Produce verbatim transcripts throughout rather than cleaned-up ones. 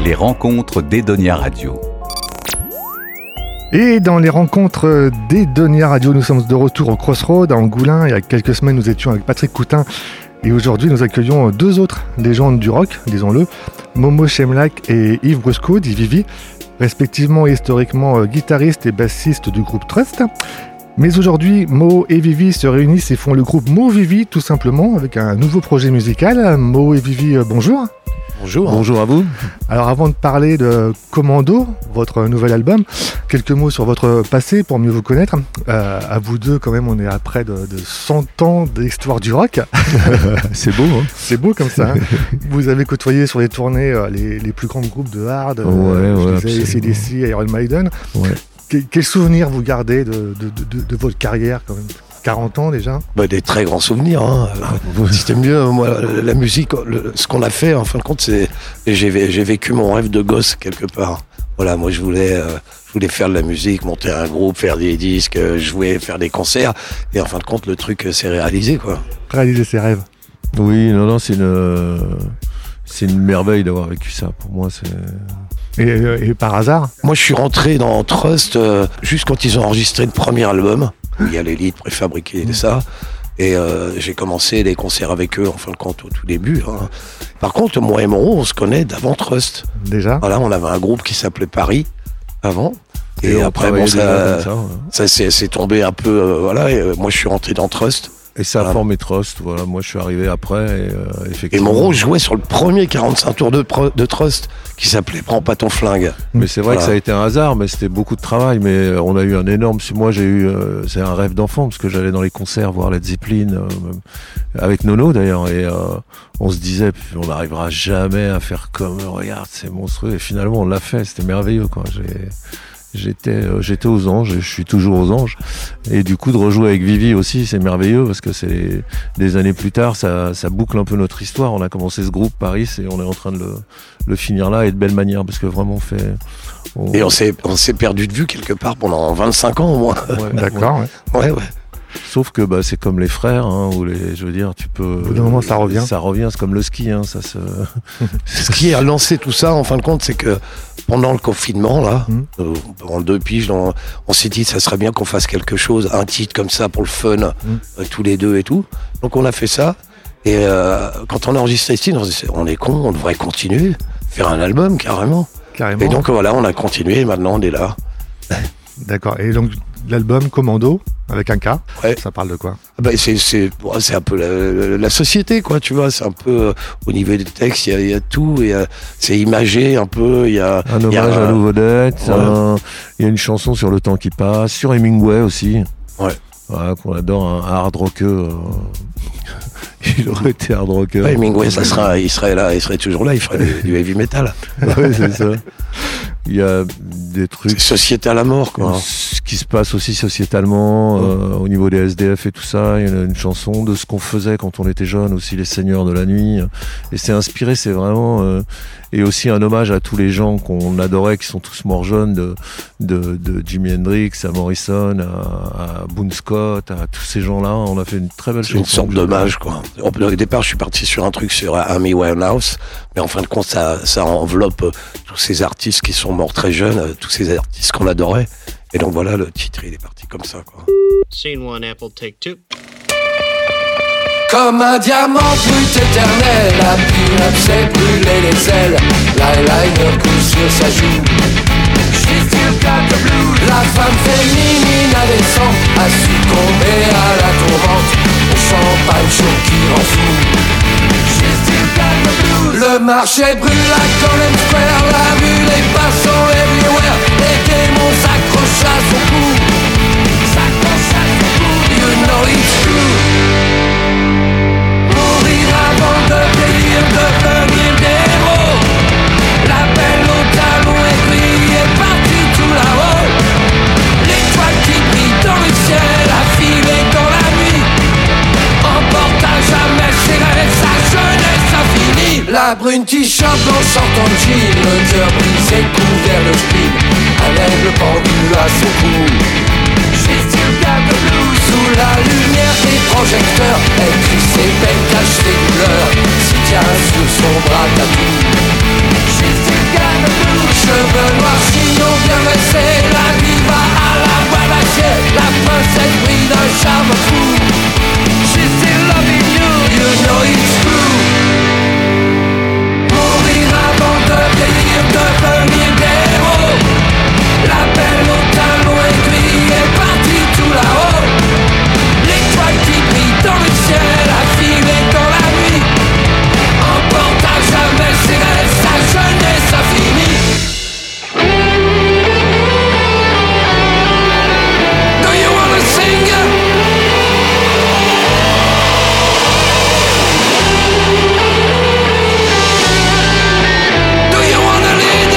Les rencontres d'Edonia Radio. Et dans les rencontres d'Edonia Radio, nous sommes de retour au Crossroad à Angoulins. Il y a quelques semaines, nous étions avec Patrick Coutin. Et aujourd'hui, nous accueillons deux autres légendes du rock, disons-le, Momo Chemlak et Yves Brusco, dit Vivi, respectivement et historiquement guitaristes et bassistes du groupe Trust. Mais aujourd'hui, Mo et Vivi se réunissent et font le groupe Mo Vivi, tout simplement, avec un nouveau projet musical. Mo et Vivi, bonjour. Bonjour. Bonjour à vous. Alors avant de parler de Commando, votre nouvel album, quelques mots sur votre passé pour mieux vous connaître. Euh, à vous deux, quand même, on est à près de, de cent ans d'histoire du rock. C'est beau, hein. C'est beau comme ça. Hein. Vous avez côtoyé sur les tournées euh, les, les plus grands groupes de hard, ouais, euh, ouais, je disais, A C D C, Iron Maiden. Ouais. Que, quel souvenir vous gardez de, de, de, de votre carrière quand même ? quarante ans déjà. Bah, des très grands souvenirs. Hein. C'était mieux, moi, la musique, le, ce qu'on a fait, en fin de compte, c'est j'ai, j'ai vécu mon rêve de gosse quelque part. Voilà, moi je voulais, euh, je voulais faire de la musique, monter un groupe, faire des disques, jouer, faire des concerts. Et en fin de compte, le truc s'est réalisé, quoi. Réaliser ses rêves. Oui, non, non, c'est une, c'est une merveille d'avoir vécu ça. Pour moi, c'est. Et, et par hasard ? Moi, je suis rentré dans Trust euh, juste quand ils ont enregistré le premier album. Où il y a l'élite préfabriquée et ça. Et euh, j'ai commencé les concerts avec eux, en fin de compte, au tout début. Hein. Par contre, moi et Moreau, on se connaît d'avant Trust. Déjà ? Voilà, on avait un groupe qui s'appelait Paris, avant. Et, et après, bon, ça, ça, ouais. ça c'est, c'est tombé un peu... Euh, voilà, et, euh, moi, je suis rentré dans Trust. Et ça a voilà. formé Trust, voilà. Moi, je suis arrivé après, et euh, effectivement... Et Moreau jouait sur le premier quarante-cinq tours de, de Trust, qui s'appelait « Prends pas ton flingue ». Mais c'est vrai voilà. que ça a été un hasard, mais c'était beaucoup de travail, mais on a eu un énorme... Moi, j'ai eu... Euh, c'est un rêve d'enfant, parce que j'allais dans les concerts voir Led Zeppelin, euh, avec Nono, d'ailleurs, et euh, on se disait, on n'arrivera jamais à faire comme eux, regarde, c'est monstrueux, et finalement, on l'a fait, c'était merveilleux, quoi. J'ai... J'étais, euh, j'étais aux Anges, je suis toujours aux Anges, et du coup de rejouer avec Vivi aussi, c'est merveilleux parce que c'est des années plus tard, ça, ça boucle un peu notre histoire. On a commencé ce groupe Paris et on est en train de le, le finir là et de belle manière parce que vraiment on fait. On... Et on s'est, on s'est perdu de vue quelque part pendant vingt-cinq ans au moins. Ouais, d'accord. Ouais, ouais. ouais. Sauf que bah, c'est comme les frères, hein, ou les, je veux dire, tu peux. Au bout d'un moment, ça revient. Ça revient, c'est comme le ski, hein, ça se. Ce qui a lancé tout ça, en fin de compte, c'est que pendant le confinement, là, mmh. euh, pendant deux piges, on, on s'est dit, ça serait bien qu'on fasse quelque chose, un titre comme ça pour le fun, mmh. euh, tous les deux et tout. Donc on a fait ça. Et euh, quand on a enregistré ici, on, on est con, on devrait continuer, faire un album carrément. Carrément. Et donc voilà, on a continué. Et maintenant, on est là. D'accord. Et donc l'album Commando, avec un K, ouais. ça parle de quoi ? Ben c'est, c'est, c'est un peu la, la société, quoi, tu vois. C'est un peu, euh, au niveau des textes, il y a, y a tout. Y a, c'est imagé un peu. Il y a un hommage y a, à Lou Vedette. Il ouais. y a une chanson sur le temps qui passe, sur Hemingway aussi. Ouais. Voilà, qu'on adore, un, un hard rocker. Euh... il aurait été hard rocker. Ouais, Hemingway, ça sera, il serait là, il serait toujours là, il ferait du, du heavy metal. Ouais, c'est ça. Il y a des trucs. C'est sociétal à mort, quoi. Ce qui se passe aussi sociétalement, ouais. euh, au niveau des S D F et tout ça. Il y a une chanson de ce qu'on faisait quand on était jeune, aussi les Seigneurs de la Nuit. Et c'est inspiré, c'est vraiment. Euh, et aussi un hommage à tous les gens qu'on adorait, qui sont tous morts jeunes, de, de, de Jimi Hendrix à Morrison, à, à Boone Scott, à tous ces gens-là. On a fait une très belle c'est chanson. Une sorte d'hommage, quoi. Au départ, je suis parti sur un truc sur Amy Winehouse, mais en fin de compte, ça, ça enveloppe euh, tous ces artistes qui sont morts très jeunes, euh, tous ces artistes qu'on adorait. Et donc voilà, le titre, il est parti comme ça, quoi. Scene one, Apple, take two. Comme un diamant brut éternel, la pin-up s'est brûlé les ailes, l'eyeliner coule sur sa joue. She's still got the blues. La femme féminine indécente a succombé à la tourmente, au champagne chaud qui rend fou. She's still got the blues. Le marché brûle à Golden Square, la rue, les passants everywhere, les démons s'accrochent à son cou, s'accrochent à son cou. You know it's true. Avant de délire, devenir des héros. L'appel au talon aiguille est parti tout là-haut. L'étoile qui brille dans le ciel, affilée dans la nuit, emporte à jamais ses rêves, sa jeunesse infinie. La brune t-shirt blanche en jean, le cœur brisé couvert de spleen, un aigle pendu à son cou. She's still got the blues. Sous la lumière des projecteurs, elle crie ses peines, cache ses douleurs, s'y tient sur son bras tatou. She's still got stressé, la vie va à la voie lâchée. La princesse brille d'un charme fou. She's still loving you, you know it's true. Mourir avant de vieillir, devenir des héros. L'appel au talon aiguille est parti tout là-haut. L'étoile qui brille dans le ciel a filé dans la nuit. Emporte à jamais ses rêves, sa jeunesse infinie. Do you wanna sing? Do you wanna lead?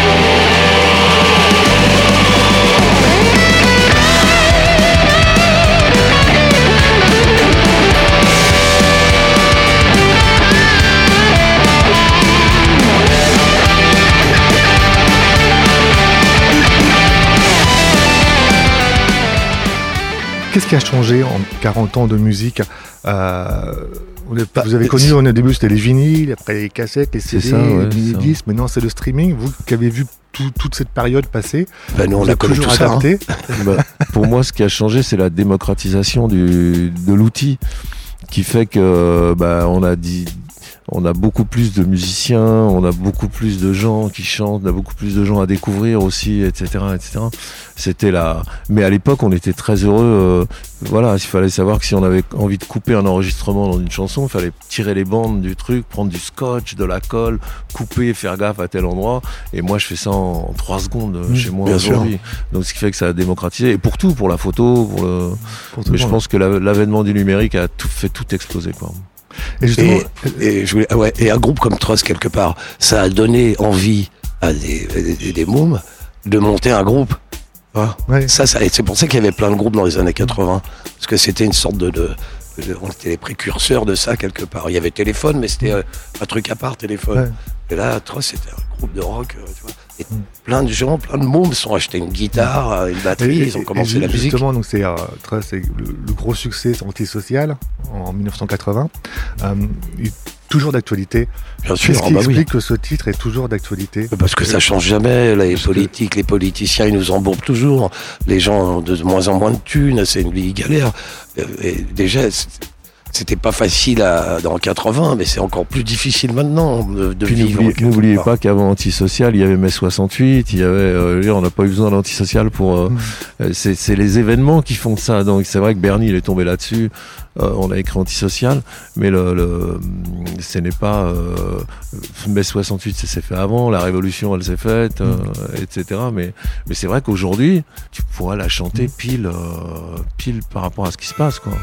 Qu'est-ce qui a changé en quarante ans de musique? euh, on est- Vous avez connu, au début c'était les vinyles, après les cassettes, les C D, C'est ça, ouais, les c'est ça. disques, maintenant c'est le streaming. Vous qui avez vu tout- toute cette période passer, Ben nous on vous a êtes connu toujours tout ça. hein. adapté. Bah, pour moi, ce qui a changé, c'est la démocratisation du, de l'outil, qui fait que bah, on a dit, on a beaucoup plus de musiciens, on a beaucoup plus de gens qui chantent, on a beaucoup plus de gens à découvrir aussi, et cetera, et cetera. C'était là. Mais à l'époque, on était très heureux. Euh, voilà, il fallait savoir que si on avait envie de couper un enregistrement dans une chanson, il fallait tirer les bandes du truc, prendre du scotch, de la colle, couper, faire gaffe à tel endroit. Et moi, je fais ça en trois secondes Mmh, chez moi bien sûr. aujourd'hui. Donc, ce qui fait que ça a démocratisé. Et pour tout, pour la photo, pour le. Pour tout Mais le je monde. pense que la- l'avènement du numérique a tout fait tout exploser, quoi. Et justement, Et, et, je voulais, ah ouais, et un groupe comme Trust, quelque part, ça a donné envie à des, des, des mômes de monter un groupe. Hein. ouais. Ça, ça, et c'est pour ça qu'il y avait plein de groupes dans les années quatre-vingts. Parce que c'était une sorte de, de, de- On était les précurseurs de ça, quelque part. Il y avait Téléphone, mais c'était euh, un truc à part, Téléphone. Ouais. Et là, Trust, c'était un groupe de rock, euh, tu vois. Et Mm. plein de gens, plein de mômes se sont achetés une guitare, euh, une batterie, Et- ils ont et- commencé et la musique. Justement, donc c'est euh, très- c'est le, le gros succès, c'est Antisocial en dix-neuf cent quatre-vingts. Euh, il- toujours d'actualité. Bien sûr, Qu'est-ce ah qui bah oui. explique que ce titre est toujours d'actualité? Parce que ça change jamais, les Parce que- politiques, les politiciens, ils nous embourbent toujours. Les gens ont de moins en moins de thunes, c'est une vie galère. Euh, Et déjà, c'est- c'était pas facile à, dans quatre-vingts, mais c'est encore plus difficile maintenant de, de Puis vivre. n'oubliez- quelque n'oubliez part. pas qu'avant Antisocial, il y avait mai soixante-huit, il y avait, euh, je veux dire, on n'a pas eu besoin d'Antisocial pour. euh, Mm. euh, c'est, c'est les événements qui font ça. Donc c'est vrai que Bernie, il est tombé là-dessus. Euh, on a écrit Antisocial, mais le, le, ce n'est pas euh, mai soixante-huit, ça s'est fait avant. La Révolution, elle s'est faite, euh, et cetera. Mais, mais c'est vrai qu'aujourd'hui, tu pourrais la chanter pile, euh, pile par rapport à ce qui se passe, quoi.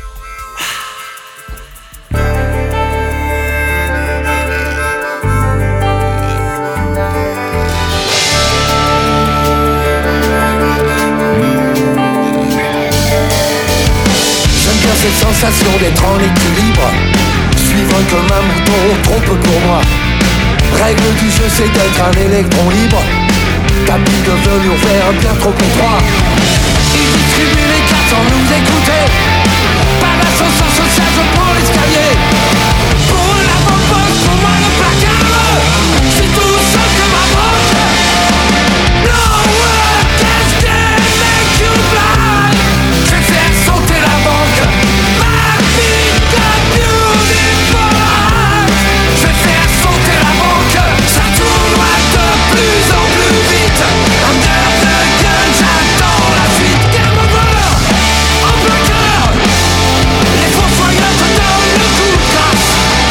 J'aime bien cette sensation d'être en équilibre. Suivre comme un mouton, trop peu pour moi. Règle du jeu, c'est d'être un électron libre. Tapis de velours vert, bien trop étroit. Ils distribuent les cartes sans nous écouter. Par l'ascenseur social, je prends l'escalier. Pour eux, l'avant-poste, pour moi, le placard. Je suis tout seul comme un broche. No one can stand, make you blind. Je vais faire sauter la banque. Ma vie de beautiful eyes. Je vais faire sauter la banque. Ça tournoie de plus en plus vite. Under the gun, j'attends la suite. Game over, en plein cœur. Les fossoyeurs te donnent le coup de grâce.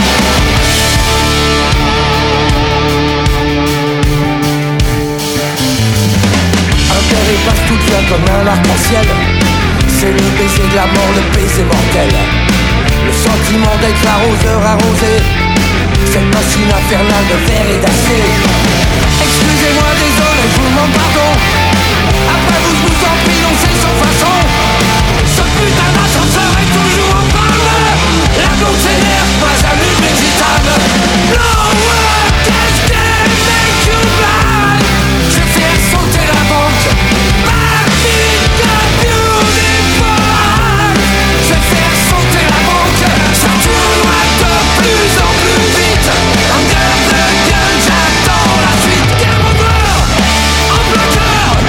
Un père et passe tout devient comme un arc-en-ciel. C'est le baiser de la mort, le baiser mortel. Le sentiment d'être l'arroseur arrosé. Cette machine infernale de verre et d'acier. Excusez-moi, désolé, je vous demande pardon. Après vous, je vous en prie, non, c'est sans façon. Ce putain d'ascenseur est toujours en panne. La blonde s'énerve, pas j'allume les gitanes. No one can stand, make you blind. Je vais faire sauter la banque. Ma vie de beautiful eyes. Je vais faire sauter la banque. Ça tournoie de plus en plus vite. Under the gun, j'attends la suite. Game over, en plein cœur.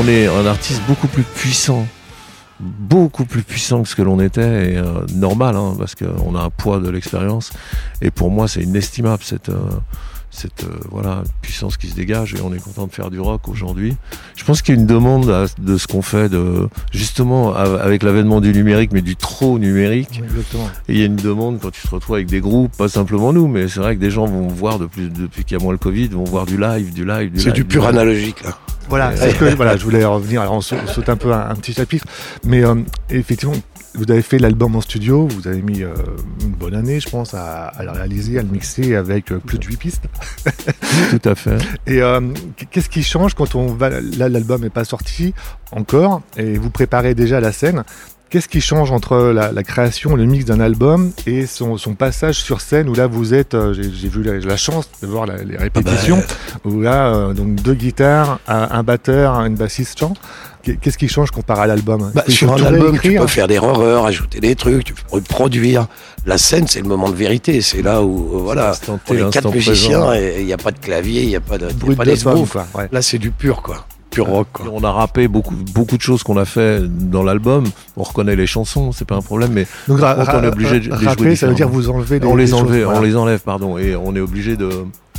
est un artiste beaucoup plus puissant, beaucoup plus puissant que ce que l'on était, et euh, normal, hein, parce qu'on a un poids de l'expérience. Et pour moi, c'est inestimable cette, euh, cette euh, voilà, puissance qui se dégage, et on est content de faire du rock aujourd'hui. Je pense qu'il y a une demande à, de ce qu'on fait, de, justement avec l'avènement du numérique, mais du trop numérique. Exactement. Et il y a une demande quand tu te retrouves avec des groupes, pas simplement nous, mais c'est vrai que des gens vont voir, de plus, depuis qu'il y a moins le Covid, vont voir du live, du live, du C'est live, du pur live. analogique là. Voilà, c'est ce que voilà, je voulais revenir. Alors on saute, on saute un peu un, un petit chapitre, mais euh, effectivement, vous avez fait l'album en studio, vous avez mis euh, une bonne année, je pense, à, à le réaliser, à le mixer avec euh, plus de huit pistes. Tout à fait. Et euh, qu'est-ce qui change quand on va là, l'album n'est pas sorti encore et vous préparez déjà la scène? Qu'est-ce qui change entre la, la création, le mix d'un album et son, son passage sur scène où là vous êtes, euh, j'ai, j'ai vu la, la chance de voir la, les répétitions, Ah bah, où là euh, donc deux guitares, un, un batteur, une bassiste chante. Qu'est-ce qui change comparé à l'album? Bah, sur un album, tu peux faire des erreurs, ajouter des trucs, tu peux produire. La scène, c'est le moment de vérité. C'est là où, euh, voilà, on est quatre musiciens et il n'y a pas de clavier, il n'y a pas de, y a pas d'esbrouf. Ouais. Là, c'est du pur, quoi. Pur rock, quoi. On a rappé beaucoup, beaucoup de choses qu'on a fait dans l'album. On reconnaît les chansons, c'est pas un problème, mais donc, par contre, on est obligé de les rapper, jouer ça veut dire vous enlevez des, on les des enlève, choses, voilà. on les enlève, pardon, et on est obligé de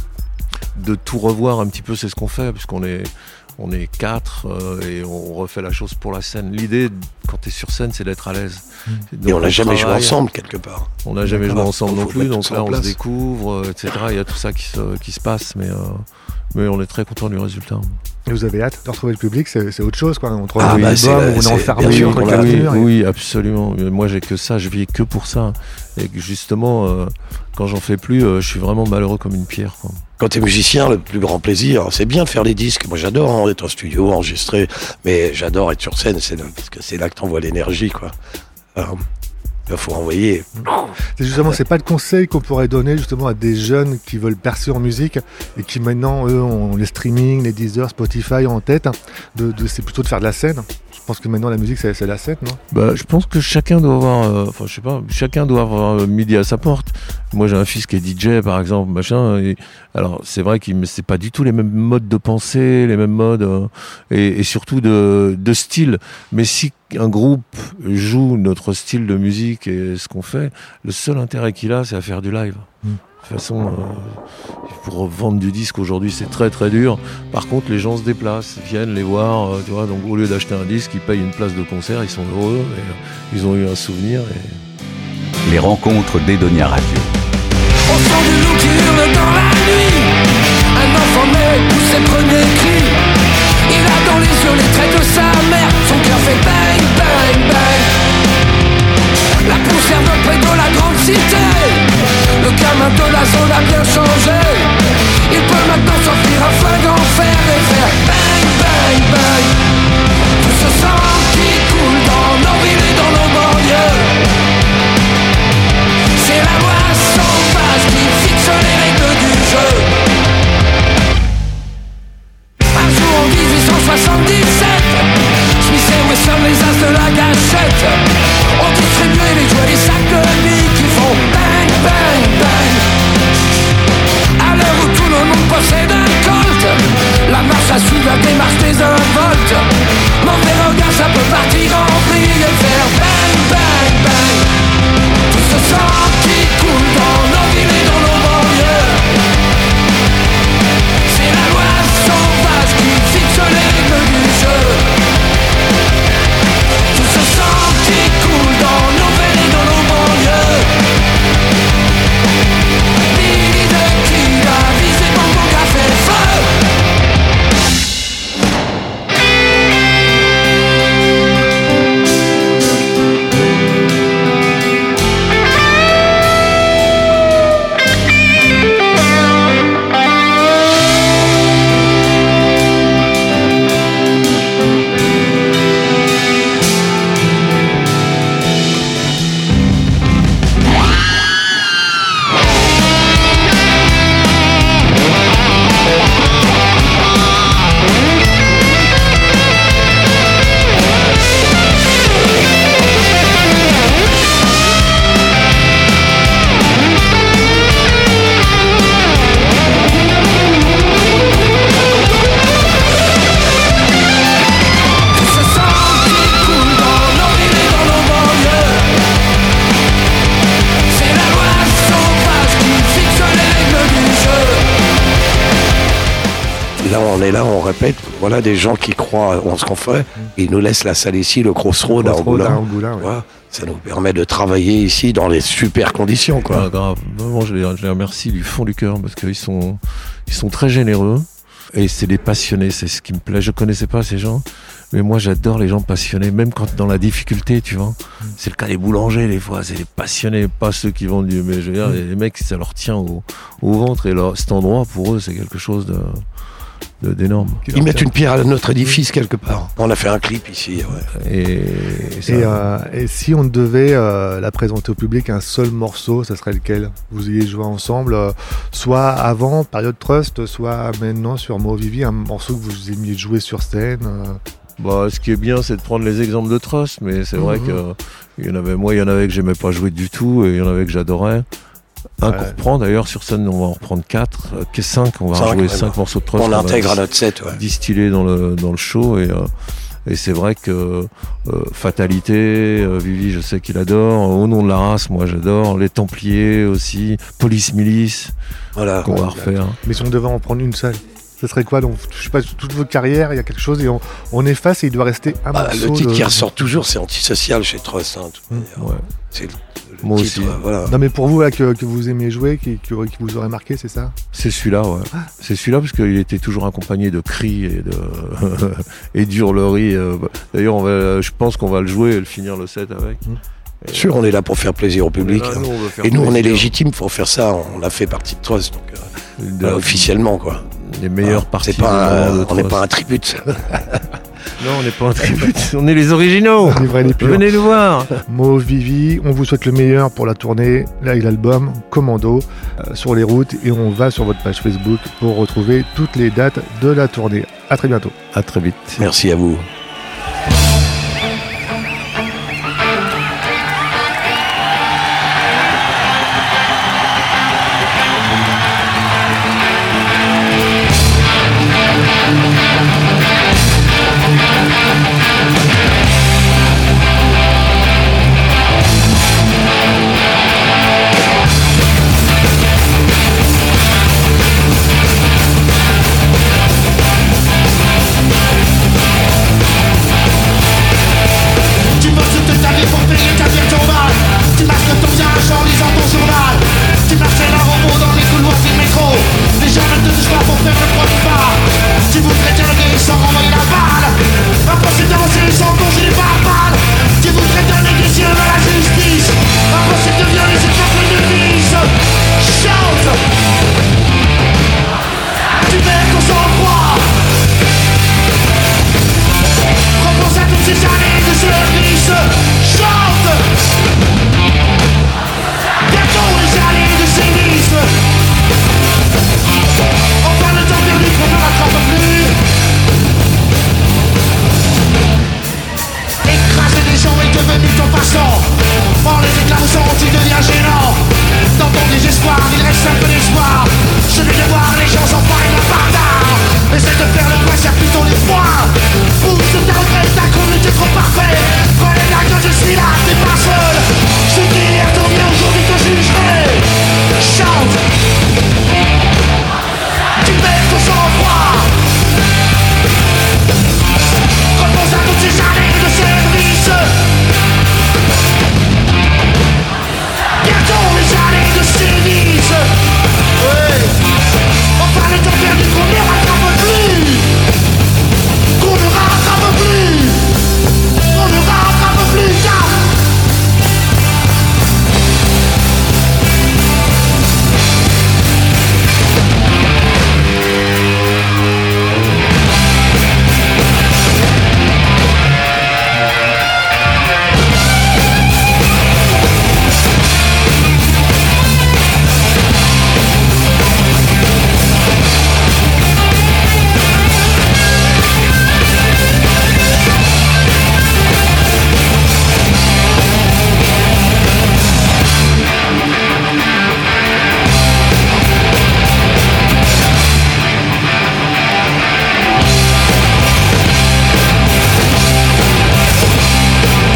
de tout revoir un petit peu. C'est ce qu'on fait, puisqu'on est on est quatre euh, et on refait la chose pour la scène. L'idée, quand t'es sur scène, c'est d'être à l'aise. Donc, et on n'a jamais joué ensemble quelque part. On n'a jamais joué ensemble non plus, donc là on place. se découvre, euh, et cetera. Il y a tout ça qui se qui se passe, mais euh, mais on est très content du résultat. Et vous avez hâte de retrouver le public, c'est, c'est autre chose, quoi. On trouve ah, un bah, album où on est enfermé. Oui, entre quatre oui, murs et... oui, absolument. Moi, j'ai que ça, je vis que pour ça. Et que justement, euh, quand j'en fais plus, euh, je suis vraiment malheureux comme une pierre, quoi. Quand t'es musicien, le plus grand plaisir, c'est bien de faire des disques. Moi, j'adore hein, être en studio, enregistrer, mais j'adore être sur scène, c'est là, parce que c'est là que t'envoies l'énergie, quoi. Alors, il faut envoyer. C'est justement, c'est pas de conseil qu'on pourrait donner justement à des jeunes qui veulent percer en musique et qui maintenant, eux, ont les streaming, les Deezer, Spotify en tête. De, de, c'est plutôt de faire de la scène. Je pense que maintenant la musique, c'est, c'est la scène, non? Bah, je pense que chacun doit avoir, euh, enfin, je sais pas, chacun doit avoir euh, midi à sa porte. Moi, j'ai un fils qui est D J, par exemple, machin. Et, alors, c'est vrai qu'il, c'est pas du tout les mêmes modes de pensée, les mêmes modes, euh, et, et surtout de, de style. Mais si un groupe joue notre style de musique et ce qu'on fait, le seul intérêt qu'il a, c'est à faire du live. Mm. De toute façon, euh, pour vendre du disque aujourd'hui, c'est très très dur. Par contre, les gens se déplacent, viennent les voir. Euh, tu vois, donc au lieu d'acheter un disque, ils payent une place de concert, ils sont heureux, et, euh, ils ont eu un souvenir. Et... Les rencontres d'Edonia Radio. Au son du loup qui hurle dans la nuit, un enfant naît tous ses premiers cris. Il a dans les yeux les traits de sa mère, son cœur fait bang, bang, bang. La poussière de près de la grande cité, le gamin de la zone a bien changé. Il peut maintenant s'enfuir un flingue en fer et faire bang, bang, bang. Tout ce sang qui coule dans nos villes et dans nos banlieues, c'est la loi sauvage qui fixe les règles du jeu. Un jour en dix-huit cent soixante-dix-sept, Smith et Wesson, les as de voilà des gens qui croient en ce qu'on fait. Et ils nous laissent la salle ici, le Crossroad à Crossroad à Angoulin. Angoulin, ouais. Voilà. Ça nous permet de travailler ici dans les super conditions, quoi. Ah, grave. Vraiment, je les, je les remercie du fond du cœur parce qu'ils sont, ils sont très généreux et c'est des passionnés. C'est ce qui me plaît. Je connaissais pas ces gens, mais moi j'adore les gens passionnés, même quand dans la difficulté, tu vois. C'est le cas des boulangers des fois. C'est les passionnés, pas ceux qui vendent du. Mais je veux dire, les mecs, ça leur tient au, au ventre et leur, cet endroit pour eux, c'est quelque chose de. De, d'énorme. Ils mettent une pierre à notre édifice quelque part. On a fait un clip ici. Ouais. Et, et, ça, Et, euh, et si on devait euh, la présenter au public, un seul morceau, ça serait lequel? Vous ayez joué ensemble, euh, soit avant, période Trust, soit maintenant sur Mo Vivi, un morceau que vous aimiez jouer sur scène euh... Bah, ce qui est bien, c'est de prendre les exemples de Trust, mais c'est mmh. vrai que il y en avait, moi, il y en avait que j'aimais pas jouer du tout, et il y en avait que j'adorais. Un ouais. qu'on reprend d'ailleurs sur scène, on va en reprendre quatre, euh, cinq, on va cinq, jouer cinq morceaux de Trust. On intègre à notre set, ouais. Distillés dans le, dans le show et, euh, et c'est vrai que euh, Fatalité, euh, Vivi, je sais qu'il adore, Au nom de la race, moi j'adore, Les Templiers aussi, Police Milice, voilà, qu'on ouais, va refaire. Mais si on devait en prendre une seule, ce serait quoi? Donc, je sais pas, toute votre carrière, il y a quelque chose et on, on efface et il doit rester un bah, morceau. Le titre de... qui ressort toujours, c'est Antisocial chez Trust. Hein, mmh. Ouais. C'est le, le moi titre, aussi. Euh, voilà. Non mais pour vous là, que, que vous aimiez jouer, qui, qui, qui vous aurait marqué, c'est ça? C'est celui-là, ouais. Ah. C'est celui-là parce qu'il était toujours accompagné de cris et de et d'hurleries. D'ailleurs, on va, je pense qu'on va le jouer et le finir le set avec. Mmh. Et sûr, on est là pour faire plaisir au public. Là, nous, et plaisir. nous, on est légitime pour faire ça. On a fait partie de Trust, donc euh, de, euh, officiellement, quoi. Les meilleures ah, parties. C'est pas un, on n'est pas un tribute. Non, on n'est pas un tribute. On est les originaux. Les vrais, les purs. Venez nous voir. Mo Vivi, on vous souhaite le meilleur pour la tournée. Là, il y a l'album Commando euh, sur les routes et on va sur votre page Facebook pour retrouver toutes les dates de la tournée. À très bientôt. À très vite. Merci à vous.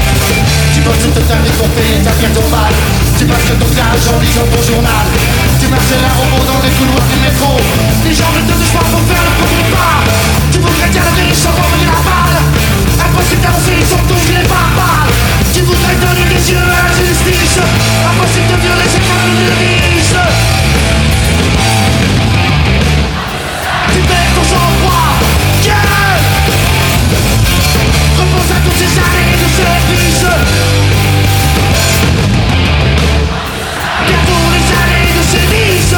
Tu passes ton temps en lisant ton journal. Tu Marcella robot dans les couloirs du métro. Les gens ne te touchent pas pour faire le premier pas. Tu voudrais dire la vérité sans envoyer la balle. Impossible d'avancer, ils sont tous les barbares. Tu voudrais donner des yeux à la justice. Impossible de violer ces femmes de riches. Tu perds ton sang-froid. Gueule. Repose à toutes ces années de service. Bientôt les années de sévices.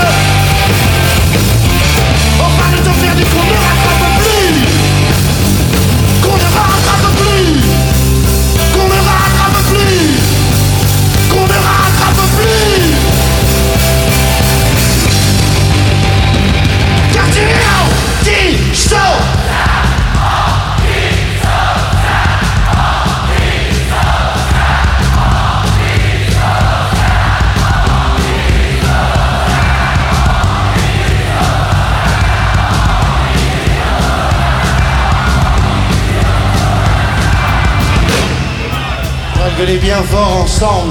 Enfin de te faire du qu'on ne rattrape plus. Qu'on ne rattrape plus. Qu'on ne rattrape plus. Qu'on ne rattrape plus. Car tu es anti-social. Gueulez bien fort ensemble.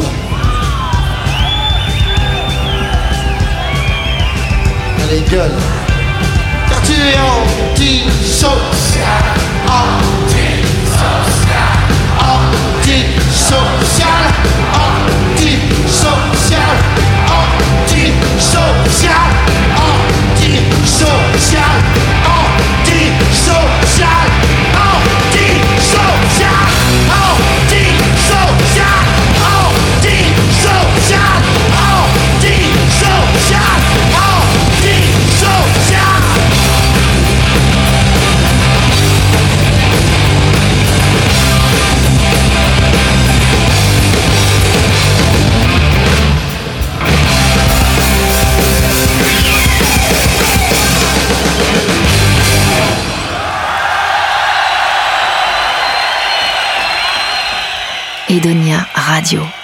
Allez, gueule. Car tu es anti-social. Anti-social. Anti-social. Anti-social. Anti-social. Anti-social. Anti-social. Anti-social. Anti-social. Anti-social. Anti-social. Anti-social. Edonia Radio.